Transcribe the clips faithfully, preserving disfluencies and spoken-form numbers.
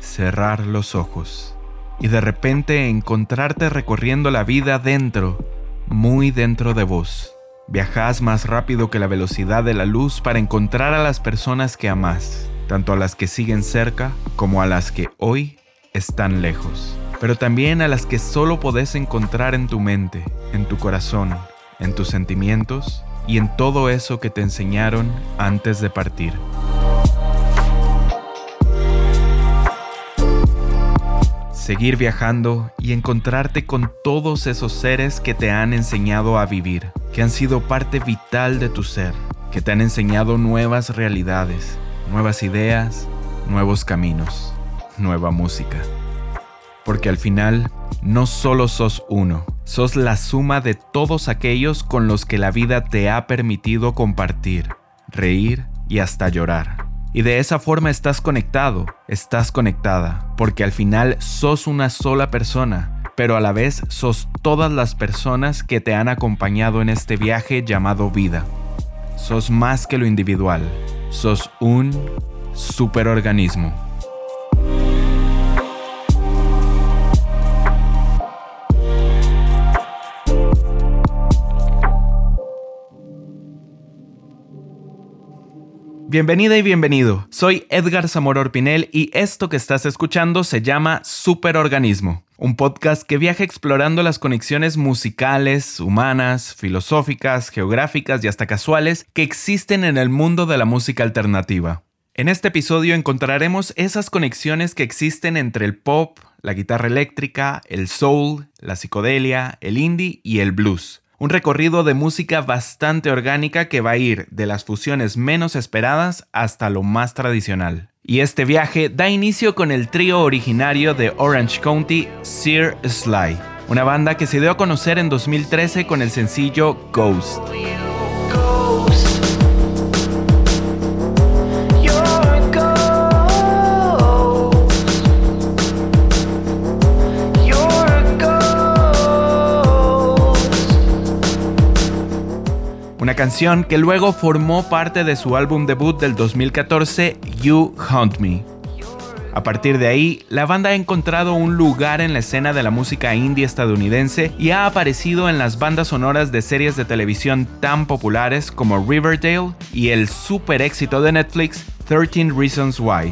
cerrar los ojos y de repente encontrarte recorriendo la vida dentro, muy dentro de vos. Viajás más rápido que la velocidad de la luz para encontrar a las personas que amás, tanto a las que siguen cerca como a las que hoy están lejos, pero también a las que solo podés encontrar en tu mente, en tu corazón, en tus sentimientos y en todo eso que te enseñaron antes de partir. Seguir viajando y encontrarte con todos esos seres que te han enseñado a vivir, que han sido parte vital de tu ser, que te han enseñado nuevas realidades, nuevas ideas, nuevos caminos, nueva música. Porque al final, no solo sos uno, sos la suma de todos aquellos con los que la vida te ha permitido compartir, reír y hasta llorar. Y de esa forma estás conectado, estás conectada, porque al final sos una sola persona, pero a la vez sos todas las personas que te han acompañado en este viaje llamado vida. Sos más que lo individual, sos un superorganismo. Bienvenida y bienvenido, soy Edgar Zamora Orpinel y esto que estás escuchando se llama Superorganismo, un podcast que viaja explorando las conexiones musicales, humanas, filosóficas, geográficas y hasta casuales que existen en el mundo de la música alternativa. En este episodio encontraremos esas conexiones que existen entre el pop, la guitarra eléctrica, el soul, la psicodelia, el indie y el blues. Un recorrido de música bastante orgánica que va a ir de las fusiones menos esperadas hasta lo más tradicional. Y este viaje da inicio con el trío originario de Orange County, Sir Sly, una banda que se dio a conocer en dos mil trece con el sencillo Ghost. Una canción que luego formó parte de su álbum debut del dos mil catorce, You Haunt Me. A partir de ahí, la banda ha encontrado un lugar en la escena de la música indie estadounidense y ha aparecido en las bandas sonoras de series de televisión tan populares como Riverdale y el super éxito de Netflix, thirteen Reasons Why.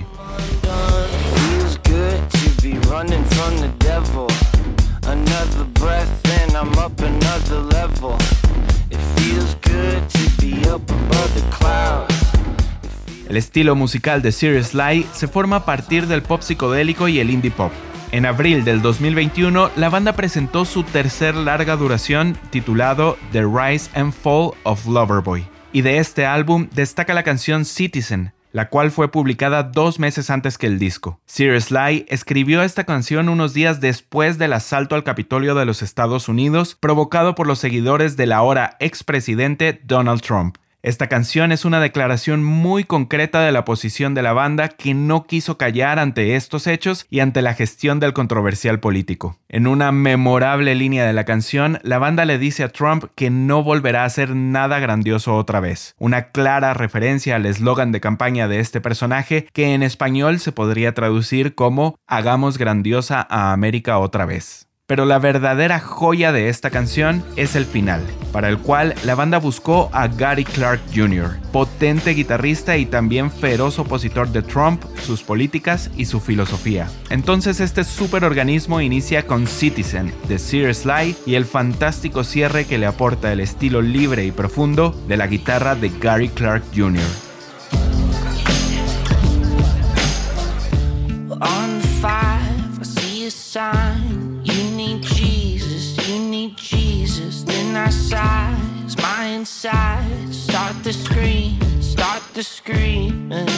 El estilo musical de Sir Sly se forma a partir del pop psicodélico y el indie pop. En abril del dos mil veintiuno, la banda presentó su tercer larga duración titulado The Rise and Fall of Loverboy. Y de este álbum destaca la canción Citizen, la cual fue publicada dos meses antes que el disco. Sir Sly escribió esta canción unos días después del asalto al Capitolio de los Estados Unidos, provocado por los seguidores del ahora expresidente Donald Trump. Esta canción es una declaración muy concreta de la posición de la banda que no quiso callar ante estos hechos y ante la gestión del controversial político. En una memorable línea de la canción, la banda le dice a Trump que no volverá a hacer nada grandioso otra vez. Una clara referencia al eslogan de campaña de este personaje que en español se podría traducir como "Hagamos grandiosa a América otra vez". Pero la verdadera joya de esta canción es el final, para el cual la banda buscó a Gary Clark junior, potente guitarrista y también feroz opositor de Trump, sus políticas y su filosofía. Entonces este superorganismo inicia con Citizen de Sir Sly y el fantástico cierre que le aporta el estilo libre y profundo de la guitarra de Gary Clark junior On the five, I see a sign. Jesus, then I sighs my inside. Start the scream, start the screaming.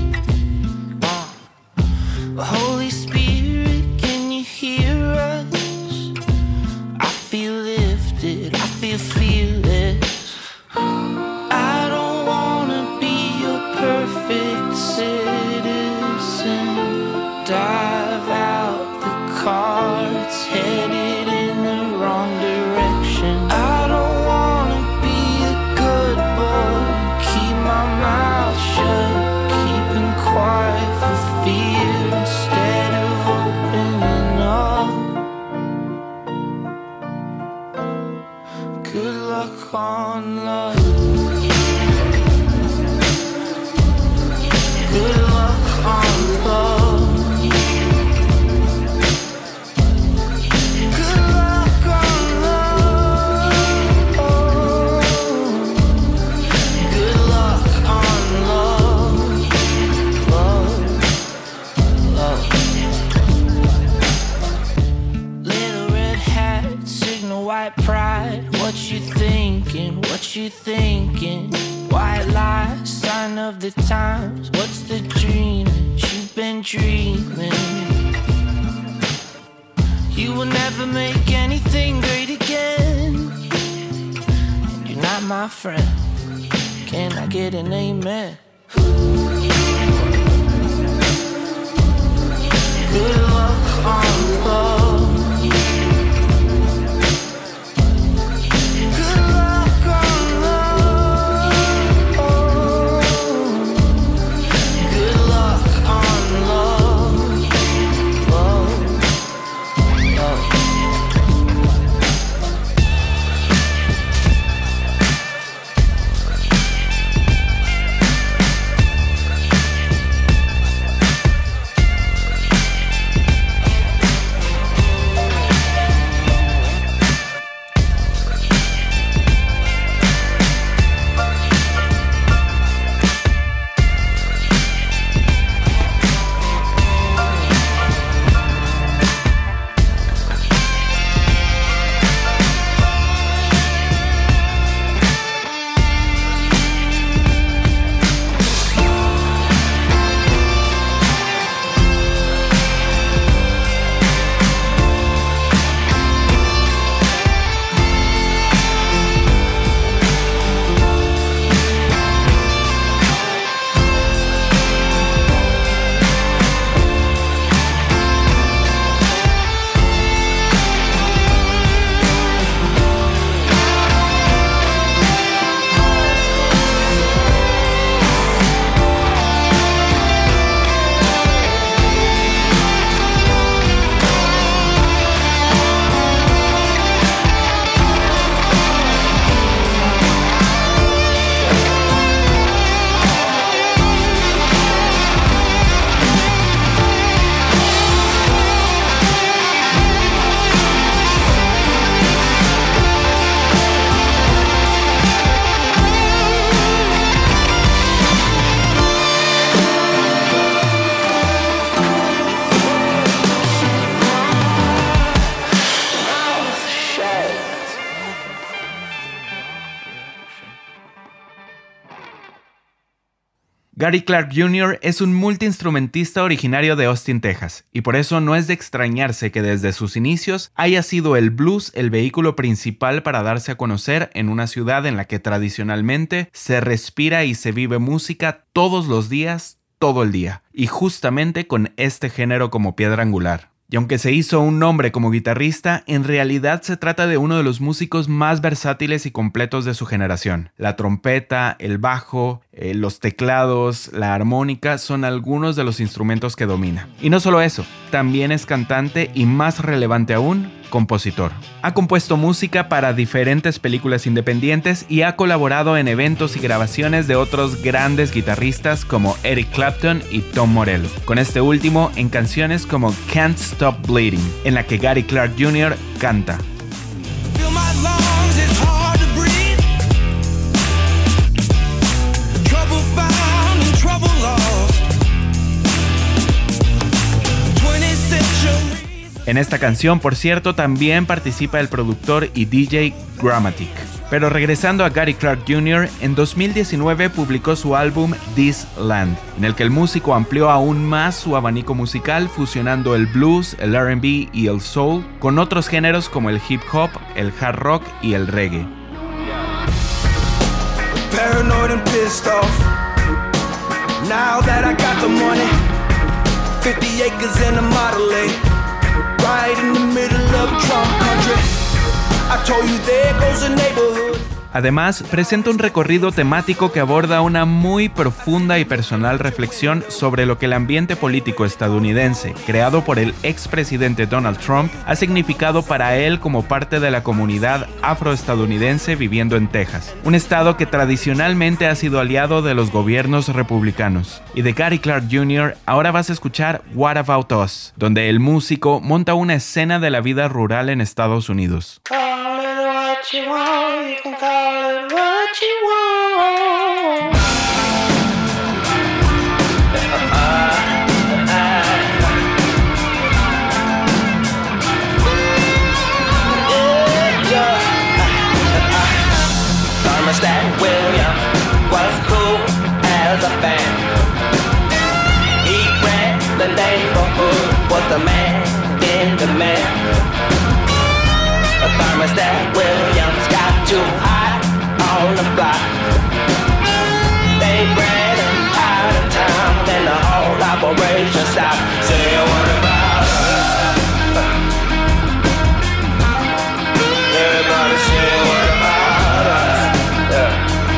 Uh, Holy Spirit, can you hear us? I feel lifted, I feel fearless. I don't wanna be your perfect citizen. Dive out the car, it's headed in the wrong direction. I don't wanna be a good boy, keep my mouth shut, keep thinking? White lies, sign of the times. What's the dream that you've been dreaming? You will never make anything great again, and you're not my friend. Can I get an amen? Good luck on love. Gary Clark junior es un multiinstrumentista originario de Austin, Texas, y por eso no es de extrañarse que desde sus inicios haya sido el blues el vehículo principal para darse a conocer en una ciudad en la que tradicionalmente se respira y se vive música todos los días, todo el día, y justamente con este género como piedra angular. Y aunque se hizo un nombre como guitarrista, en realidad se trata de uno de los músicos más versátiles y completos de su generación. La trompeta, el bajo, eh, los teclados, la armónica son algunos de los instrumentos que domina. Y no solo eso, también es cantante y, más relevante aún, compositor. Ha compuesto música para diferentes películas independientes y ha colaborado en eventos y grabaciones de otros grandes guitarristas como Eric Clapton y Tom Morello, con este último en canciones como Can't Stop Bleeding, en la que Gary Clark junior canta. En esta canción, por cierto, también participa el productor y D J Gramatic. Pero regresando a Gary Clark junior, en dos mil diecinueve publicó su álbum This Land, en el que el músico amplió aún más su abanico musical, fusionando el blues, el R and B y el soul con otros géneros como el hip hop, el hard rock y el reggae. Paranoid and pissed off. Now that I got the money, fifty acres in a Model A. Right in the middle of Trump country. I told you there goes a neighborhood. Además, presenta un recorrido temático que aborda una muy profunda y personal reflexión sobre lo que el ambiente político estadounidense, creado por el expresidente Donald Trump, ha significado para él como parte de la comunidad afroestadounidense viviendo en Texas, un estado que tradicionalmente ha sido aliado de los gobiernos republicanos. Y de Gary Clark junior, ahora vas a escuchar What About Us, donde el músico monta una escena de la vida rural en Estados Unidos. You want, you can call it what you want. Thermostat the neighborhood was the man in demand. A thermostat Williams got too hot on the block. They ran him out of town and the whole operation stopped. Say what about us? Everybody say what about us? Yeah.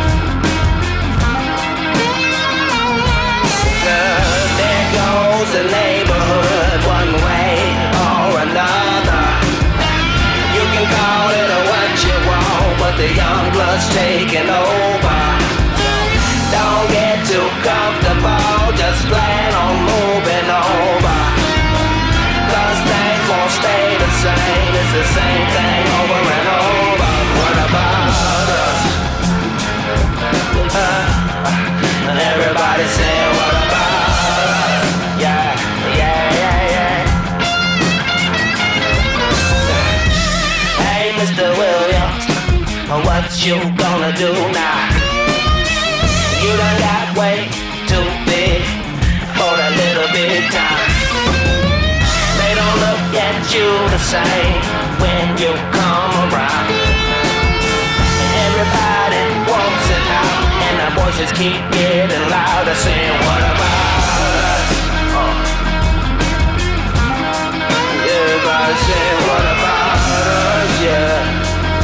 There goes the neighborhood one way or another. You can call it a what you want, but the young blood's taking over. Don't get too comfortable, just plan on moving over. Cause things won't stay the same, it's the same thing over and over. What about us? Uh, and everybody say what about us? Yeah, yeah, yeah, yeah. Hey Mister Williams, what you gonna do now? You done got way too big for that little bit time. They don't look at you the same when you come around. Everybody wants it out, and the voices keep getting louder, saying, what about us? Oh. Everybody saying, what about us? Yeah.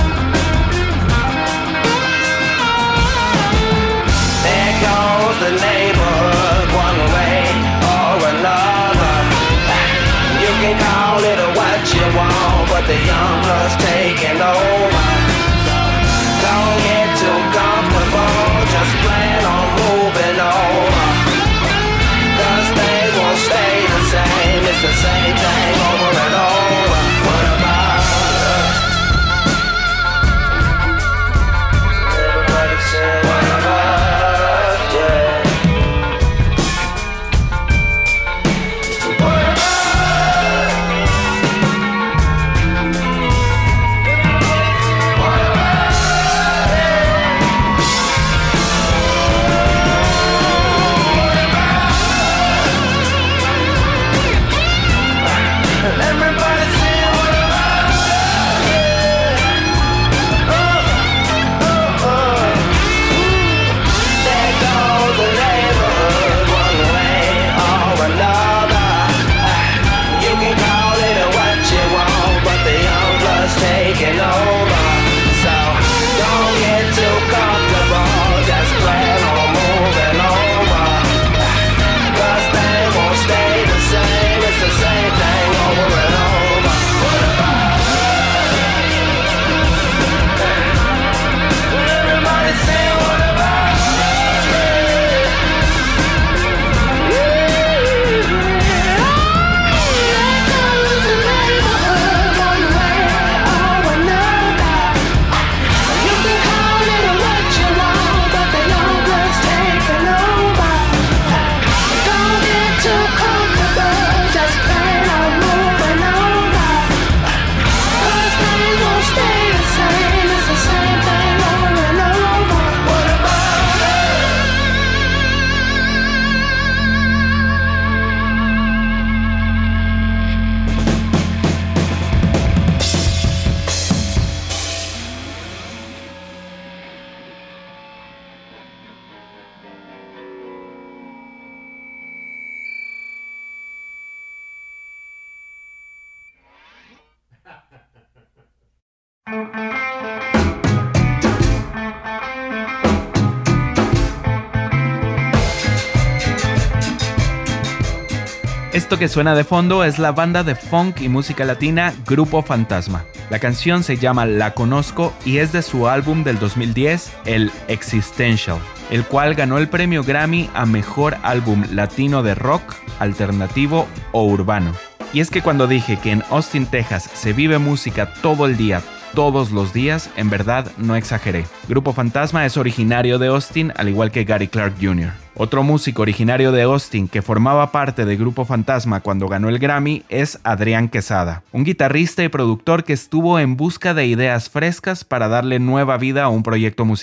The neighborhood one way or another. You can call it a what you want, but the young blood's taking over. Don't get too comfortable, just plan on moving over. Cause things won't stay the same, it's the same thing over and over. What about us? Everybody say what about us? Esto que suena de fondo es la banda de funk y música latina Grupo Fantasma. La canción se llama La Conozco y es de su álbum del dos mil diez, el Existential, el cual ganó el premio Grammy a Mejor Álbum Latino de Rock, Alternativo o Urbano. Y es que cuando dije que en Austin, Texas se vive música todo el día, todos los días, en verdad no exageré. Grupo Fantasma es originario de Austin, al igual que Gary Clark junior Otro músico originario de Austin que formaba parte de Grupo Fantasma cuando ganó el Grammy es Adrián Quesada, un guitarrista y productor que estuvo en busca de ideas frescas para darle nueva vida a un proyecto musical.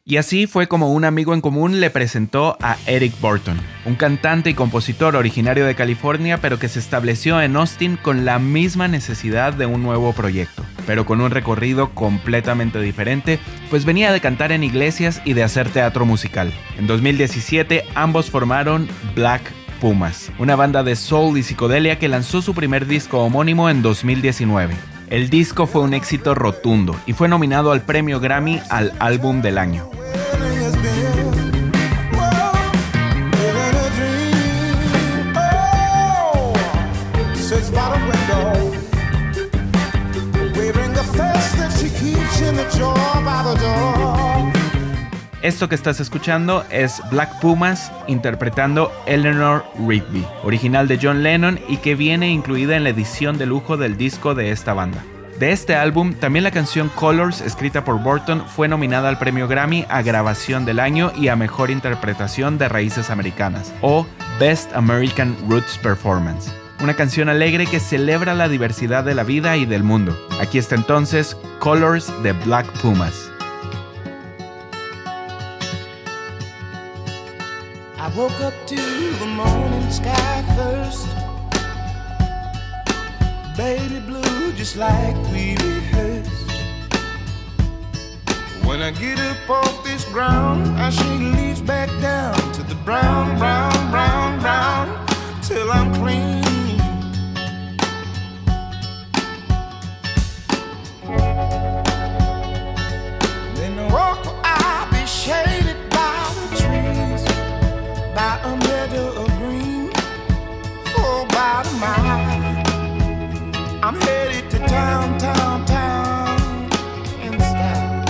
Y así fue como un amigo en común le presentó a Eric Burton, un cantante y compositor originario de California, pero que se estableció en Austin con la misma necesidad de un nuevo proyecto, pero con un recorrido completamente diferente, pues venía de cantar en iglesias y de hacer teatro musical. En dos mil diecisiete ambos formaron Black Pumas, una banda de soul y psicodelia que lanzó su primer disco homónimo en dos mil diecinueve. El disco fue un éxito rotundo y fue nominado al premio Grammy al álbum del año. Esto que estás escuchando es Black Pumas interpretando Eleanor Rigby, original de John Lennon y que viene incluida en la edición de lujo del disco de esta banda. De este álbum, también la canción Colors, escrita por Burton, fue nominada al premio Grammy a Grabación del Año y a Mejor Interpretación de Raíces Americanas, o Best American Roots Performance. Una canción alegre que celebra la diversidad de la vida y del mundo. Aquí está entonces Colors de Black Pumas. I woke up to the morning sky first, baby blue just like we rehearsed. When I get up off this ground, I shake leaves back down to the brown, brown, brown, brown, till I'm clean. Then I walk, I'll be shaded by the trees, by a meadow of green, for about a mile. I'm headed to town, town, town, in style,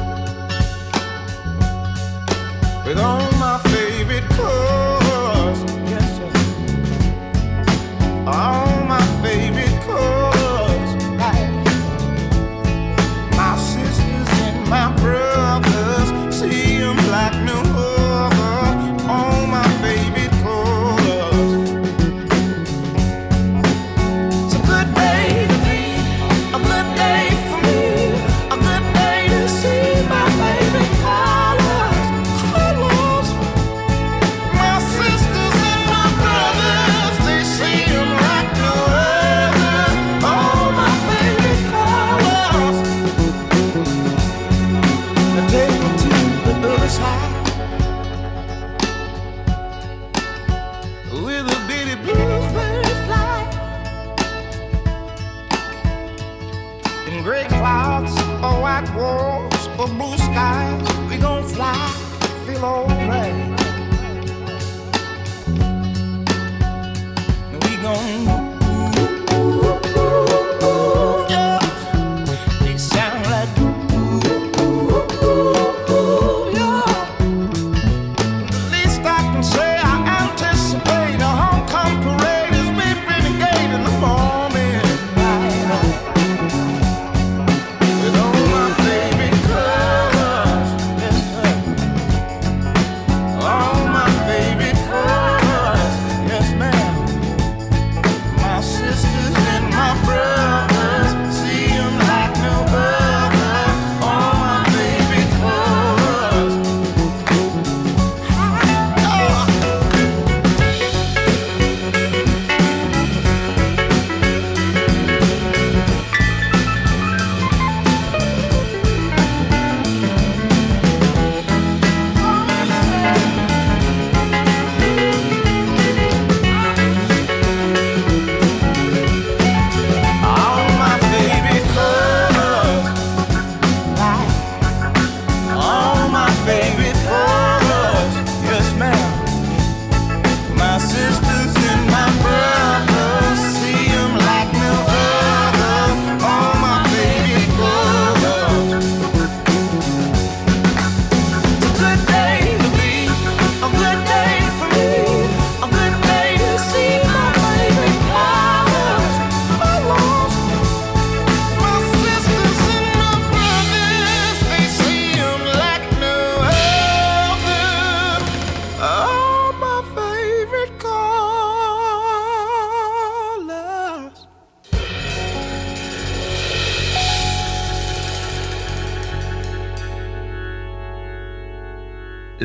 with all my favorite colors, yes sir, all my favorite colors, like my sisters and my brothers, see them like no other, all my favorite colors. It's a good day to be, a good day for me, a good day to see my favorite colors, colors. My sisters and my brothers, they see them like no other, all my favorite colors. Now take me to the other side, with a bitty bluebird fly, in gray clouds or white walls or blue skies, we gon' fly, feel alright. We gon' yeah. They sound like yeah. The least I can say, I anticipate a homecoming parade as we renegade in the morning light, with all my favorite colors, yes sir, all my favorite colors, yes ma'am.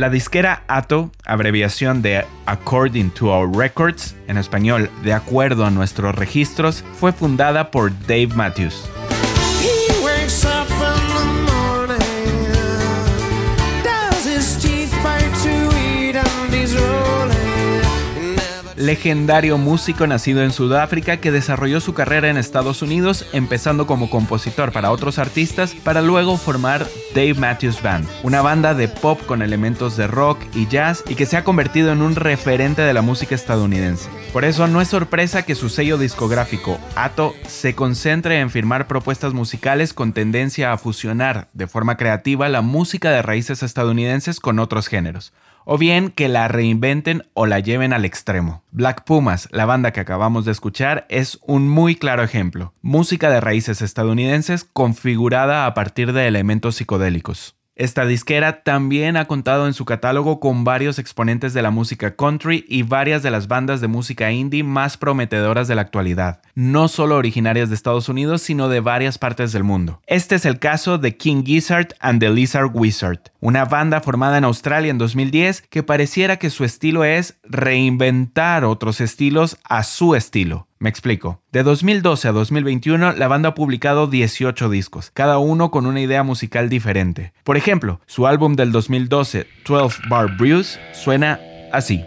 La disquera Atto, abreviación de According to Our Records, en español, de acuerdo a nuestros registros, fue fundada por Dave Matthews. He wakes up in the morning, does his teeth bite to eat and he's rolling. Legendario músico nacido en Sudáfrica que desarrolló su carrera en Estados Unidos, empezando como compositor para otros artistas para luego formar Dave Matthews Band, una banda de pop con elementos de rock y jazz y que se ha convertido en un referente de la música estadounidense. Por eso no es sorpresa que su sello discográfico Atto se concentre en firmar propuestas musicales con tendencia a fusionar de forma creativa la música de raíces estadounidenses con otros géneros, o bien que la reinventen o la lleven al extremo. Black Pumas, la banda que acabamos de escuchar, es un muy claro ejemplo. Música de raíces estadounidenses configurada a partir de elementos psicodélicos. Esta disquera también ha contado en su catálogo con varios exponentes de la música country y varias de las bandas de música indie más prometedoras de la actualidad, no solo originarias de Estados Unidos, sino de varias partes del mundo. Este es el caso de King Gizzard and the Lizard Wizard, una banda formada en Australia en dos mil diez que pareciera que su estilo es reinventar otros estilos a su estilo. Me explico. De dos mil doce a dos mil veintiuno, la banda ha publicado dieciocho discos, cada uno con una idea musical diferente. Por ejemplo, su álbum del dos mil doce, twelve Bar Brews, suena así.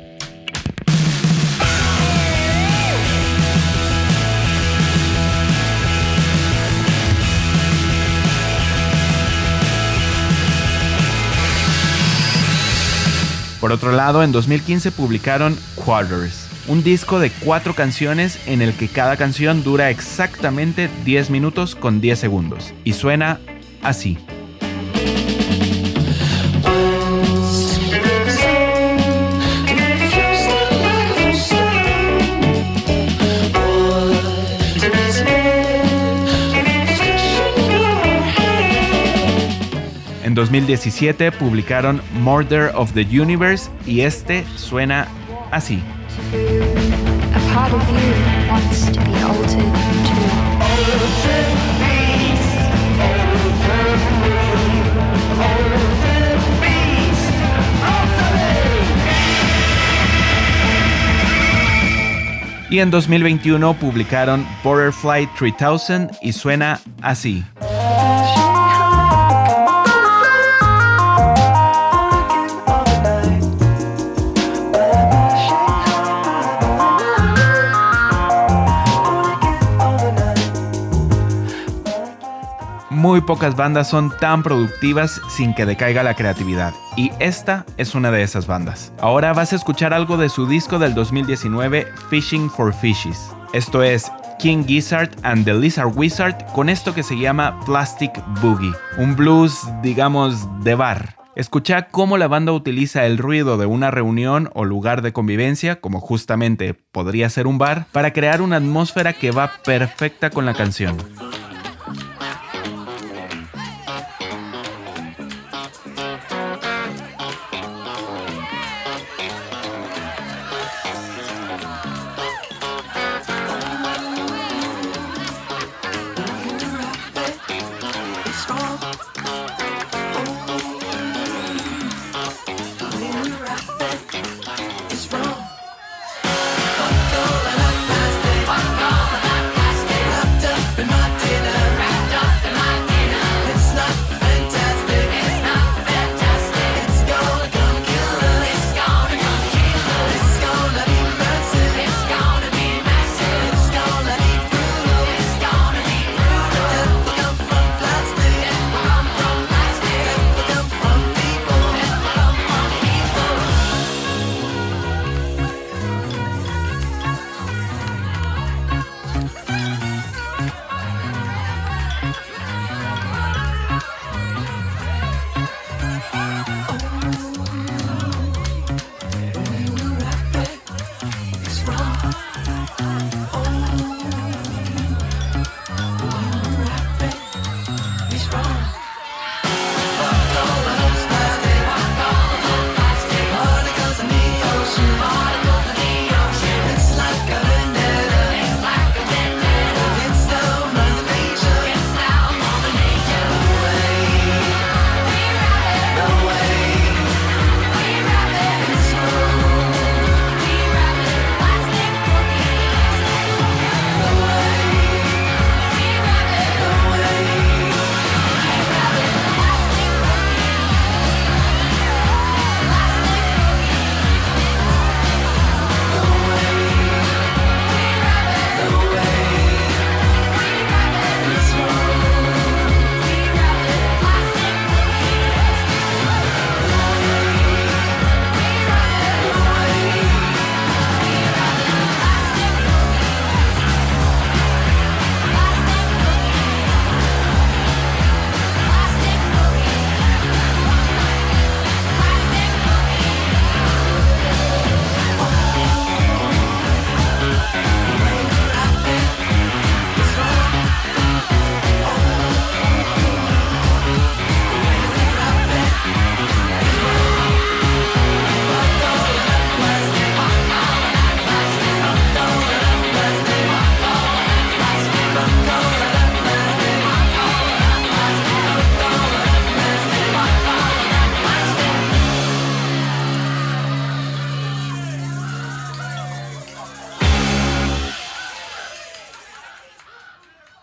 Por otro lado, en dos mil quince publicaron Quarters, un disco de cuatro canciones en el que cada canción dura exactamente diez minutos con diez segundos y suena así. En dos mil diecisiete publicaron Murder of the Universe y este suena así. A part of you wants to be altered too. Y en dos mil veintiuno publicaron Butterfly tres mil y suena así. Muy pocas bandas son tan productivas sin que decaiga la creatividad, y esta es una de esas bandas. Ahora vas a escuchar algo de su disco del dos mil diecinueve, Fishing for Fishes. Esto es King Gizzard and the Lizard Wizard con esto que se llama Plastic Boogie, un blues, digamos, de bar. Escucha cómo la banda utiliza el ruido de una reunión o lugar de convivencia, como justamente podría ser un bar, para crear una atmósfera que va perfecta con la canción. In my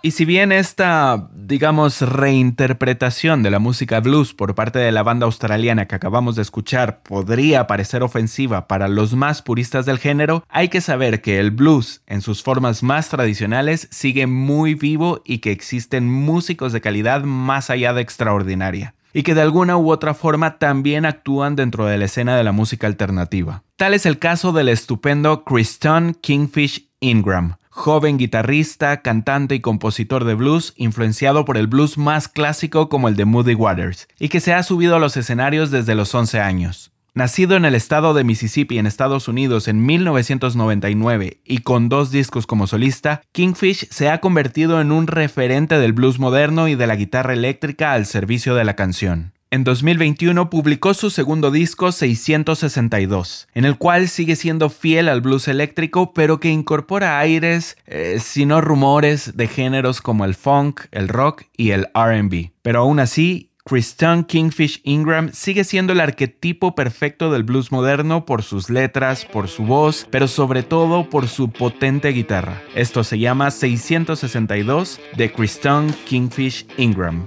Y si bien esta, digamos, reinterpretación de la música blues por parte de la banda australiana que acabamos de escuchar podría parecer ofensiva para los más puristas del género, hay que saber que el blues, en sus formas más tradicionales, sigue muy vivo y que existen músicos de calidad más allá de extraordinaria, y que de alguna u otra forma también actúan dentro de la escena de la música alternativa. Tal es el caso del estupendo Christon Kingfish Ingram, joven guitarrista, cantante y compositor de blues influenciado por el blues más clásico como el de Muddy Waters, y que se ha subido a los escenarios desde los once años. Nacido en el estado de Mississippi en Estados Unidos en mil novecientos noventa y nueve y con dos discos como solista, Kingfish se ha convertido en un referente del blues moderno y de la guitarra eléctrica al servicio de la canción. En dos mil veintiuno publicó su segundo disco seiscientos sesenta y dos, en el cual sigue siendo fiel al blues eléctrico, pero que incorpora aires, eh, si no rumores, de géneros como el funk, el rock y el R and B. Pero aún así, Christon Kingfish Ingram sigue siendo el arquetipo perfecto del blues moderno por sus letras, por su voz, pero sobre todo por su potente guitarra. Esto se llama seiscientos sesenta y dos de Christon Kingfish Ingram.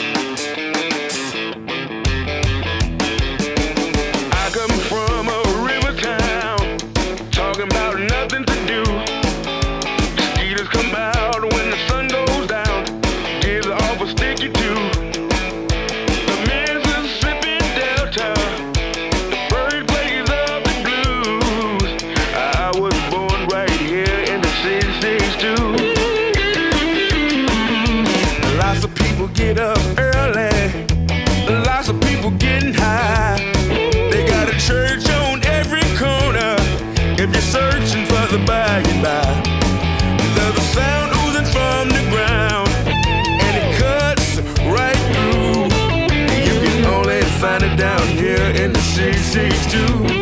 Get up early, lots of people getting high. They got a church on every corner. If you're searching for the by and by, there's a sound oozing from the ground, and it cuts right through. You can only find it down here in the sixty-two.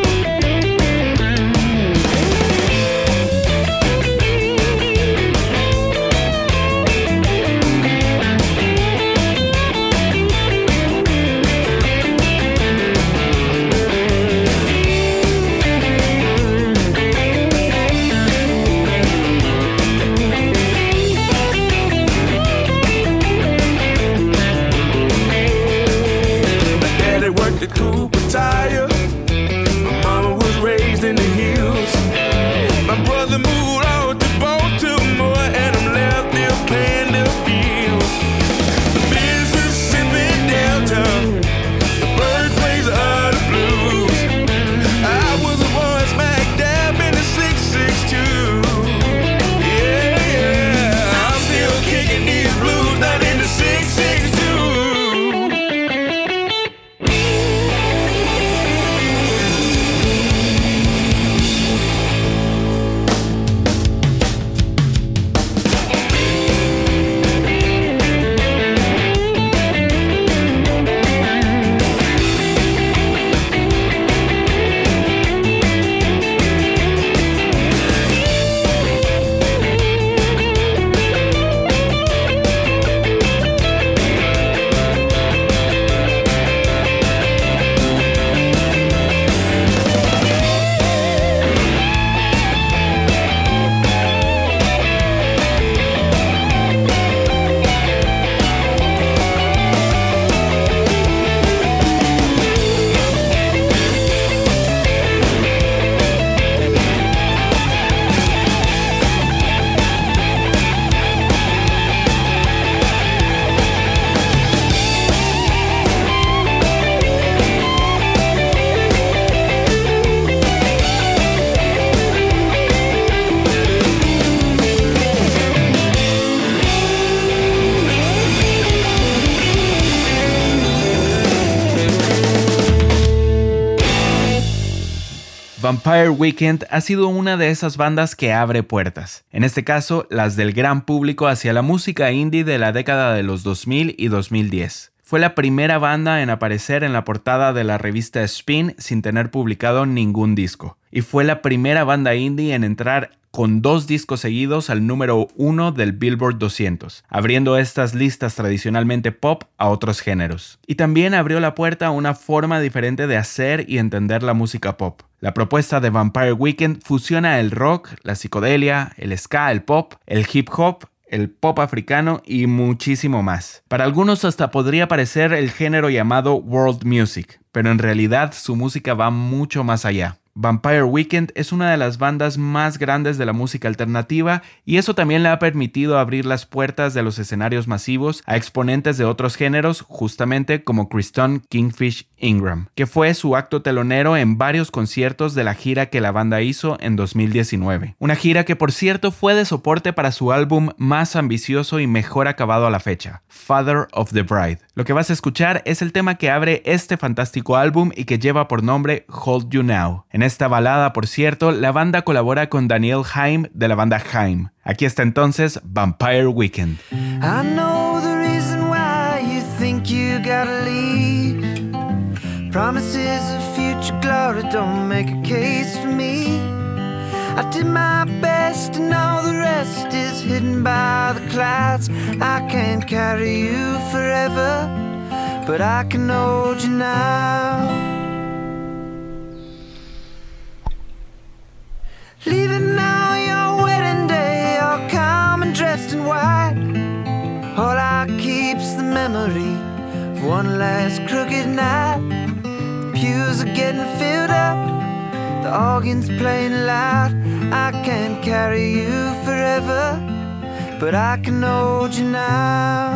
The Cooper tire. My mama was raised in the hills. My brother moved out to Baltimore, and I'm left there playing the fields. The Mississippi Delta, the birthplace of the blues. I was born smack dab in the six six two. Yeah, yeah, I'm still kicking these blues down in the six six two. Vampire Weekend ha sido una de esas bandas que abre puertas, en este caso las del gran público hacia la música indie de la década de los dos mil y dos mil diez. Fue la primera banda en aparecer en la portada de la revista Spin sin tener publicado ningún disco, y fue la primera banda indie en entrar con dos discos seguidos al número uno del Billboard doscientos, abriendo estas listas tradicionalmente pop a otros géneros. Y también abrió la puerta a una forma diferente de hacer y entender la música pop. La propuesta de Vampire Weekend fusiona el rock, la psicodelia, el ska, el pop, el hip hop, el pop africano y muchísimo más. Para algunos hasta podría parecer el género llamado world music, pero en realidad su música va mucho más allá. Vampire Weekend es una de las bandas más grandes de la música alternativa y eso también le ha permitido abrir las puertas de los escenarios masivos a exponentes de otros géneros, justamente como Christone Kingfish Ingram, que fue su acto telonero en varios conciertos de la gira que la banda hizo en dos mil diecinueve. Una gira que, por cierto, fue de soporte para su álbum más ambicioso y mejor acabado a la fecha, Father of the Bride. Lo que vas a escuchar es el tema que abre este fantástico álbum y que lleva por nombre Hold You Now. En esta balada, por cierto, la banda colabora con Daniel Haim de la banda Haim. Aquí está entonces Vampire Weekend. I know the reason why you think you gotta leave. Promises of future glory don't make a case for me. I did my best and all the rest is hidden by the clouds. I can't carry you forever, but I can hold you now. Leaving now your wedding day, all calm and dressed in white. All I keep's the memory of one last crooked night. The pews are getting filled up, the organ's playing loud. I can't carry you forever, but I can hold you now.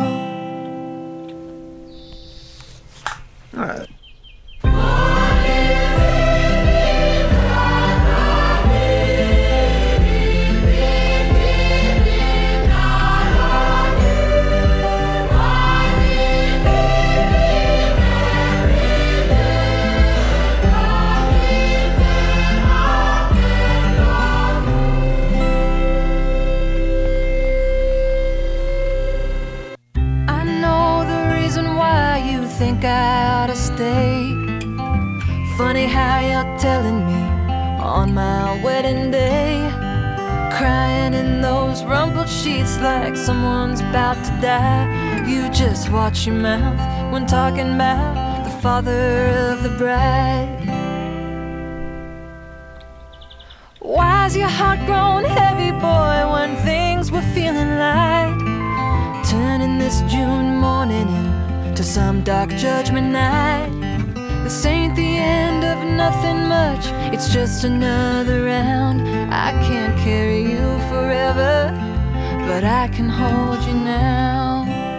All right. Think I ought to stay. Funny how you're telling me on my wedding day, crying in those rumpled sheets like someone's about to die. You just watch your mouth when talking about the father of the bride. Why's your heart grown heavy, boy, when things were feeling light? Turning this June morning into some dark judgment night. This ain't the end of nothing much, it's just another round. I can't carry you forever, but I can hold you now.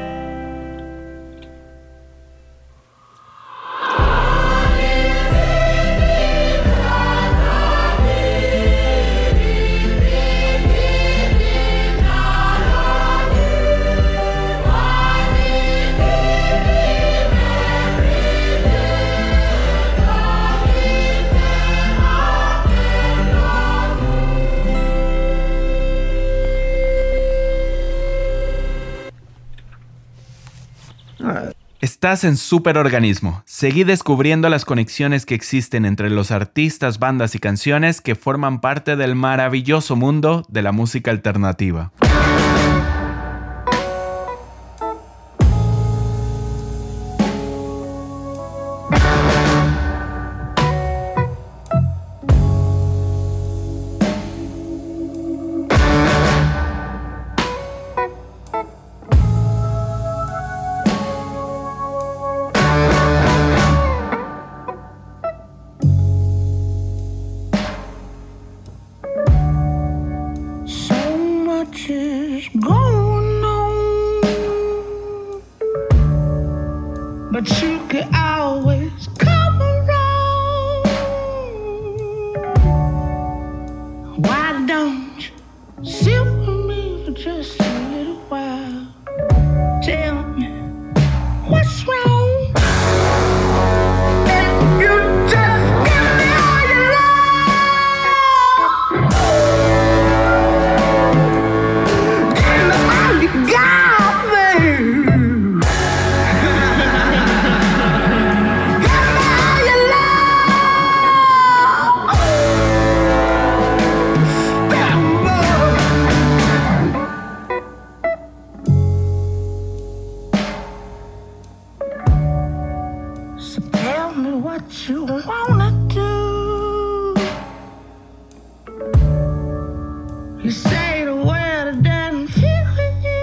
Estás en Superorganismo. Seguí descubriendo las conexiones que existen entre los artistas, bandas y canciones que forman parte del maravilloso mundo de la música alternativa. But you could always come around. Why don't you sit with me for just a little while? Tell me what's wrong, and you just give me all your love. Give me all you got, baby. What you wanna do? You say the word that doesn't fit with you.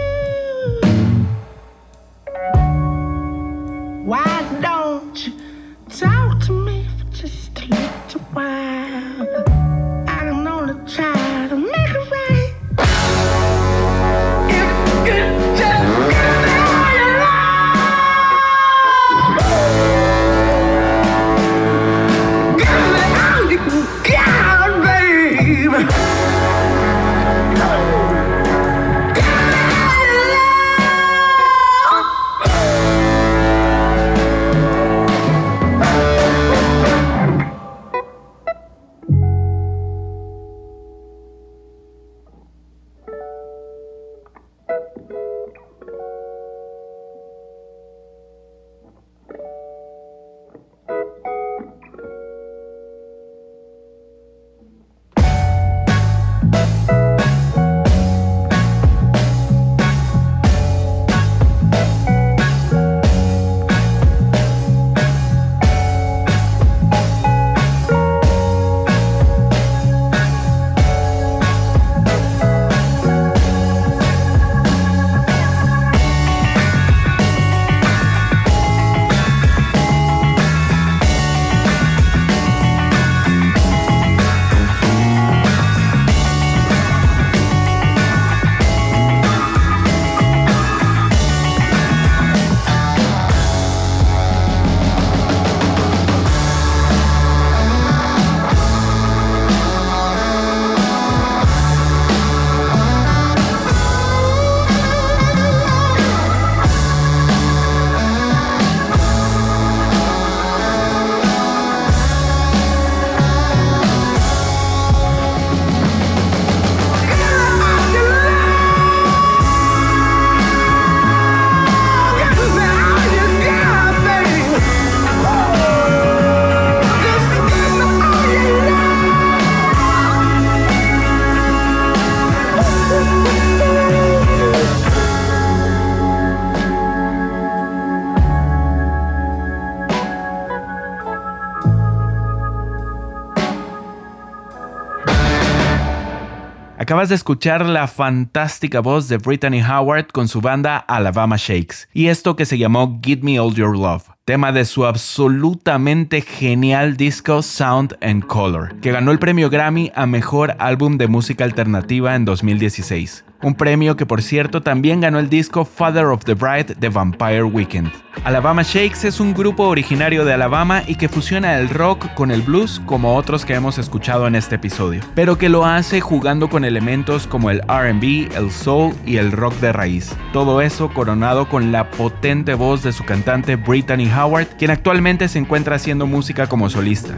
Acabas de escuchar la fantástica voz de Brittany Howard con su banda Alabama Shakes y esto que se llamó Give Me All Your Love, tema de su absolutamente genial disco Sound and Color, que ganó el premio Grammy a Mejor Álbum de Música Alternativa en dos mil dieciséis. Un premio que, por cierto, también ganó el disco Father of the Bride de Vampire Weekend. Alabama Shakes es un grupo originario de Alabama y que fusiona el rock con el blues como otros que hemos escuchado en este episodio, pero que lo hace jugando con elementos como el R and B, el soul y el rock de raíz. Todo eso coronado con la potente voz de su cantante Brittany Howard, quien actualmente se encuentra haciendo música como solista.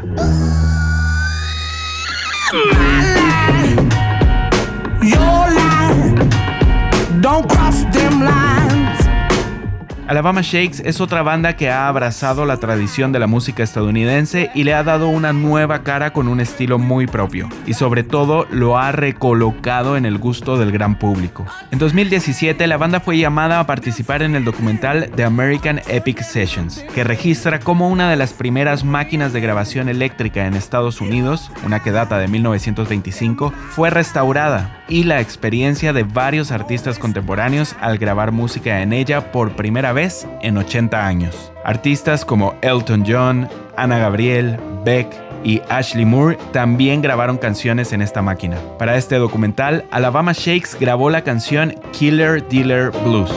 Your line, don't cross them lines. Alabama Shakes es otra banda que ha abrazado la tradición de la música estadounidense y le ha dado una nueva cara con un estilo muy propio, y sobre todo lo ha recolocado en el gusto del gran público. En dos mil diecisiete la banda fue llamada a participar en el documental The American Epic Sessions, que registra cómo una de las primeras máquinas de grabación eléctrica en Estados Unidos, una que data de mil novecientos veinticinco, fue restaurada, y la experiencia de varios artistas contemporáneos al grabar música en ella por primera vez vez en ochenta años. Artistas como Elton John, Ana Gabriel, Beck y Ashley Moore también grabaron canciones en esta máquina. Para este documental, Alabama Shakes grabó la canción Killer Dealer Blues.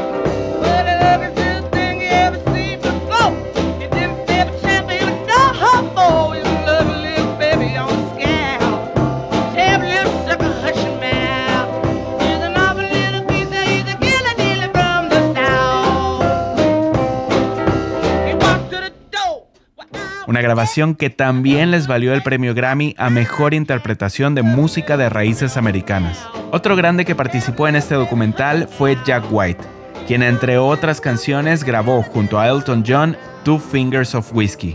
Una grabación que también les valió el premio Grammy a Mejor Interpretación de Música de Raíces Americanas. Otro grande que participó en este documental fue Jack White, quien entre otras canciones grabó junto a Elton John Two Fingers of Whiskey.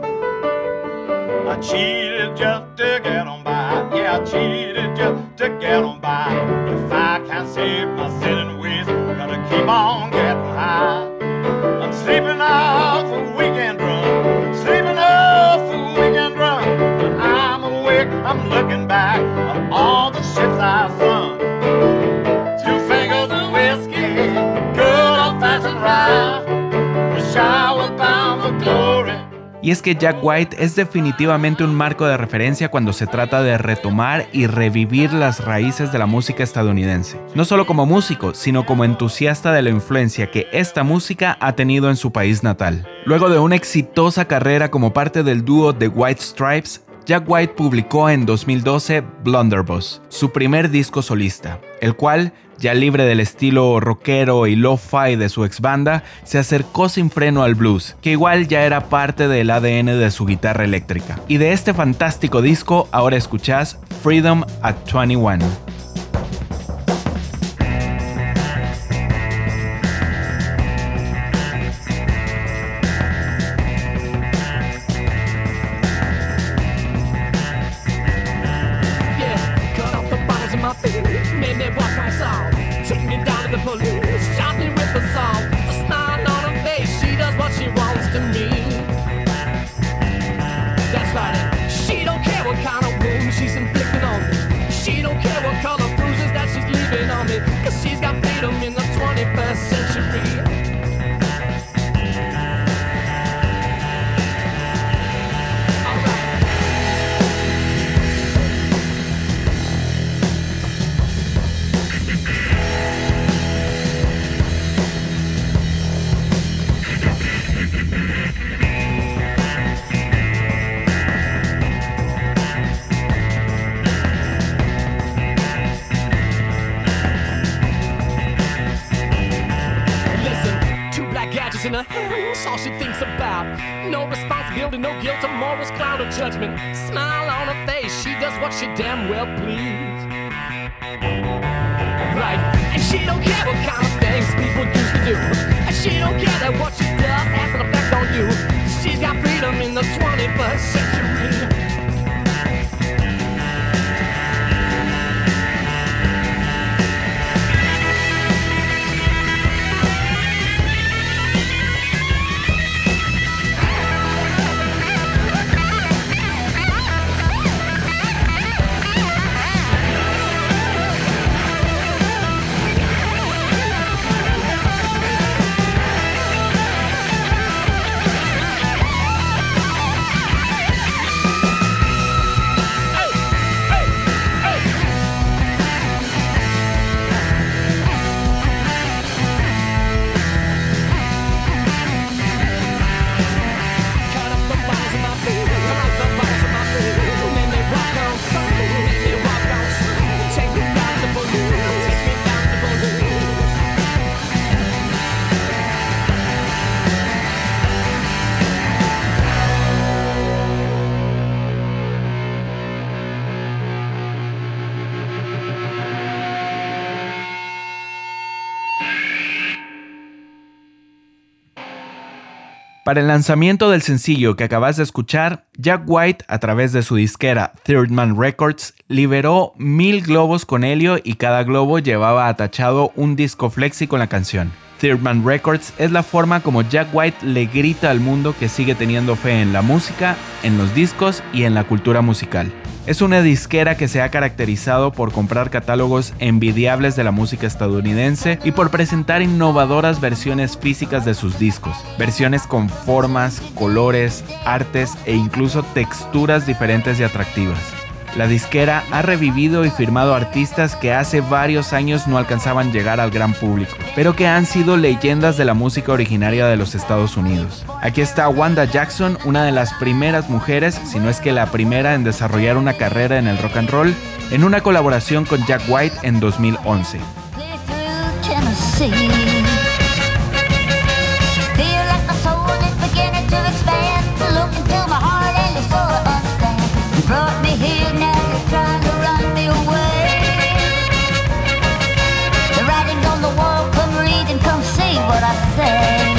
I cheated just to get on by. Yeah, I cheated just to get on by. If I can't save my sinning ways, I'm gonna keep on getting high. I'm sleeping off a weekend drunk, sleeping off a weekend drunk. When I'm awake, I'm looking back on all the ships I've sung. Two fingers of whiskey, good old-fashioned rye. Wish I was bound for glory. Y es que Jack White es definitivamente un marco de referencia cuando se trata de retomar y revivir las raíces de la música estadounidense. No solo como músico, sino como entusiasta de la influencia que esta música ha tenido en su país natal. Luego de una exitosa carrera como parte del dúo The White Stripes, Jack White publicó en dos mil doce Blunderbuss, su primer disco solista, el cual, ya libre del estilo rockero y lo-fi de su ex banda, se acercó sin freno al blues, que igual ya era parte del A D N de su guitarra eléctrica. Y de este fantástico disco ahora escuchás Freedom at veintiuno. In her hands, all she thinks about. No responsibility, no guilt, or morals, cloud or judgment. Smile on her face, she does what she damn well please. Right, and she don't care what kind of things people used to do. And she don't care that what she does has an effect on you. She's got freedom in the twenty-first century. Para el lanzamiento del sencillo que acabas de escuchar, Jack White, a través de su disquera Third Man Records, liberó mil globos con helio y cada globo llevaba atachado un disco flexi con la canción. Third Man Records es la forma como Jack White le grita al mundo que sigue teniendo fe en la música, en los discos y en la cultura musical. Es una disquera que se ha caracterizado por comprar catálogos envidiables de la música estadounidense y por presentar innovadoras versiones físicas de sus discos, versiones con formas, colores, artes e incluso texturas diferentes y atractivas. La disquera ha revivido y firmado artistas que hace varios años no alcanzaban llegar al gran público, pero que han sido leyendas de la música originaria de los Estados Unidos. Aquí está Wanda Jackson, una de las primeras mujeres, si no es que la primera en desarrollar una carrera en el rock and roll, en una colaboración con Jack White en dos mil once. Brought me here, now you're trying to run me away. The writing's on the wall, come read and come see what I say.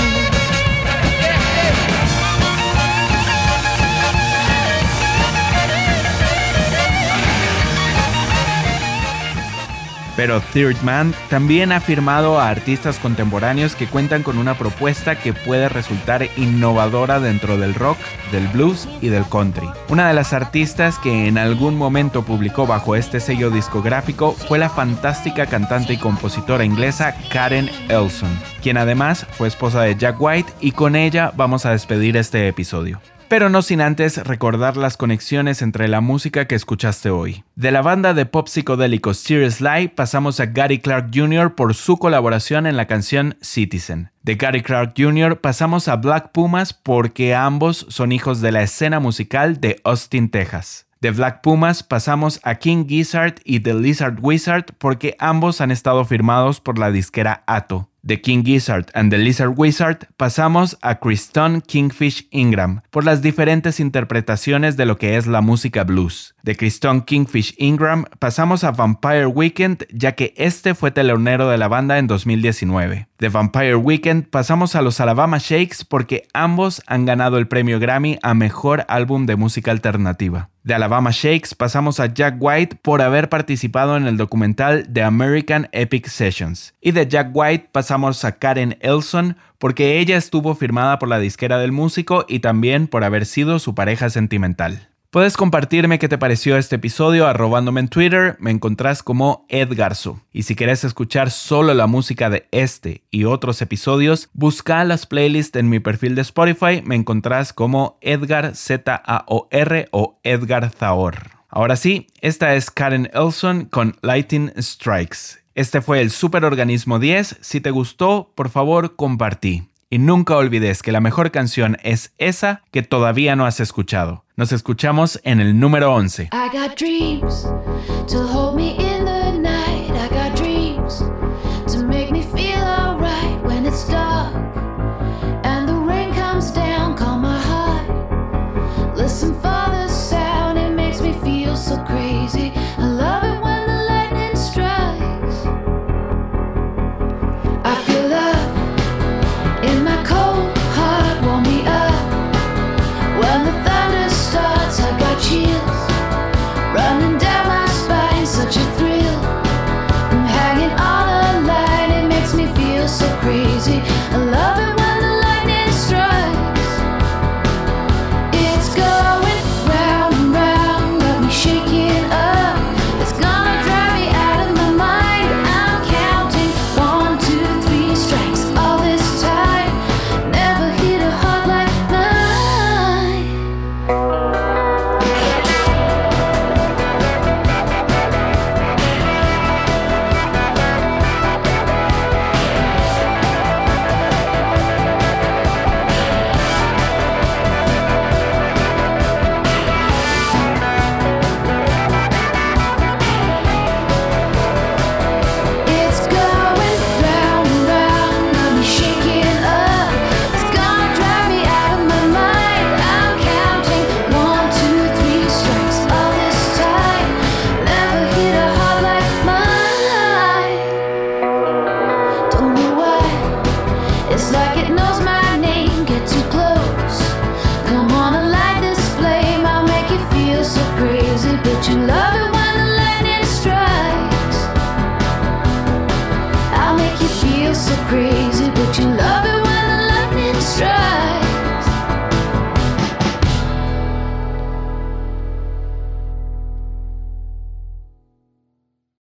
Pero Third Man también ha firmado a artistas contemporáneos que cuentan con una propuesta que puede resultar innovadora dentro del rock, del blues y del country. Una de las artistas que en algún momento publicó bajo este sello discográfico fue la fantástica cantante y compositora inglesa Karen Elson, quien además fue esposa de Jack White, y con ella vamos a despedir este episodio. Pero no sin antes recordar las conexiones entre la música que escuchaste hoy. De la banda de pop psicodélico Sirius Lie pasamos a Gary Clark junior por su colaboración en la canción Citizen. De Gary Clark junior pasamos a Black Pumas porque ambos son hijos de la escena musical de Austin, Texas. De Black Pumas pasamos a King Gizzard y The Lizard Wizard porque ambos han estado firmados por la disquera Atto. De King Gizzard and the Lizard Wizard pasamos a Christone Kingfish Ingram por las diferentes interpretaciones de lo que es la música blues. De Christone Kingfish Ingram pasamos a Vampire Weekend, ya que este fue telonero de la banda en dos mil diecinueve. De Vampire Weekend pasamos a los Alabama Shakes porque ambos han ganado el premio Grammy a Mejor Álbum de Música Alternativa. De Alabama Shakes pasamos a Jack White por haber participado en el documental The American Epic Sessions. Y de Jack White pasamos a Karen Elson porque ella estuvo firmada por la disquera del músico y también por haber sido su pareja sentimental. Puedes compartirme qué te pareció este episodio arrobándome en Twitter, me encontrás como Edgarzo. Y si querés escuchar solo la música de este y otros episodios, busca las playlists en mi perfil de Spotify, me encontrás como Edgar Z A O R o Edgar Zahor. Ahora sí, esta es Karen Elson con Lightning Strikes. Este fue el Superorganismo diez, si te gustó, por favor compartí. Y nunca olvides que la mejor canción es esa que todavía no has escuchado. Nos escuchamos en el número once. I got dreams to hold me in the night. I got dreams to make me feel alright when it's dark and the rain comes down. Calm my heart. Listen for the sound. It makes me feel so crazy. I love it when the lightning strikes. I feel love in my cold heart, warm me up. When the thunder starts, I got chills running down my spine, such a thrill. I'm hanging on a line, it makes me feel so crazy. I love